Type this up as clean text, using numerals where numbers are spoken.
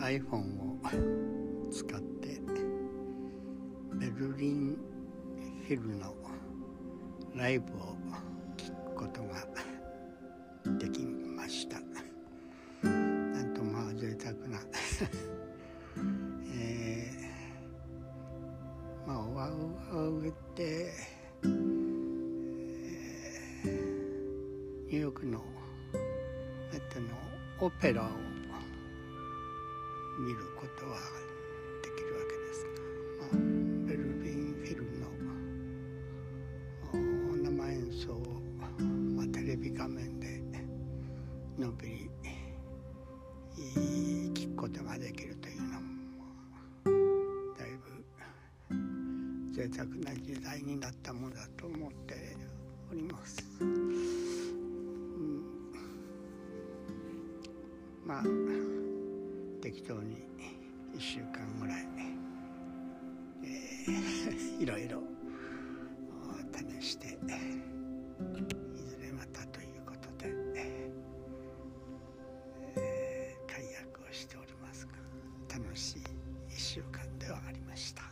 iPhone を使ってベルリンフィルのライブを聞くことができました。なんとまあ贅沢なワウワウって、ニューヨークのオペラを見ることはできるわけですが、ベルリンフィルの生演奏を、テレビ画面でのんびり聞くことができるというのもだいぶ贅沢な時代になったものだと思っております。適当に1週間ぐらい、いろいろ試していずれまたということで、解約をしておりますが、楽しい1週間ではありました。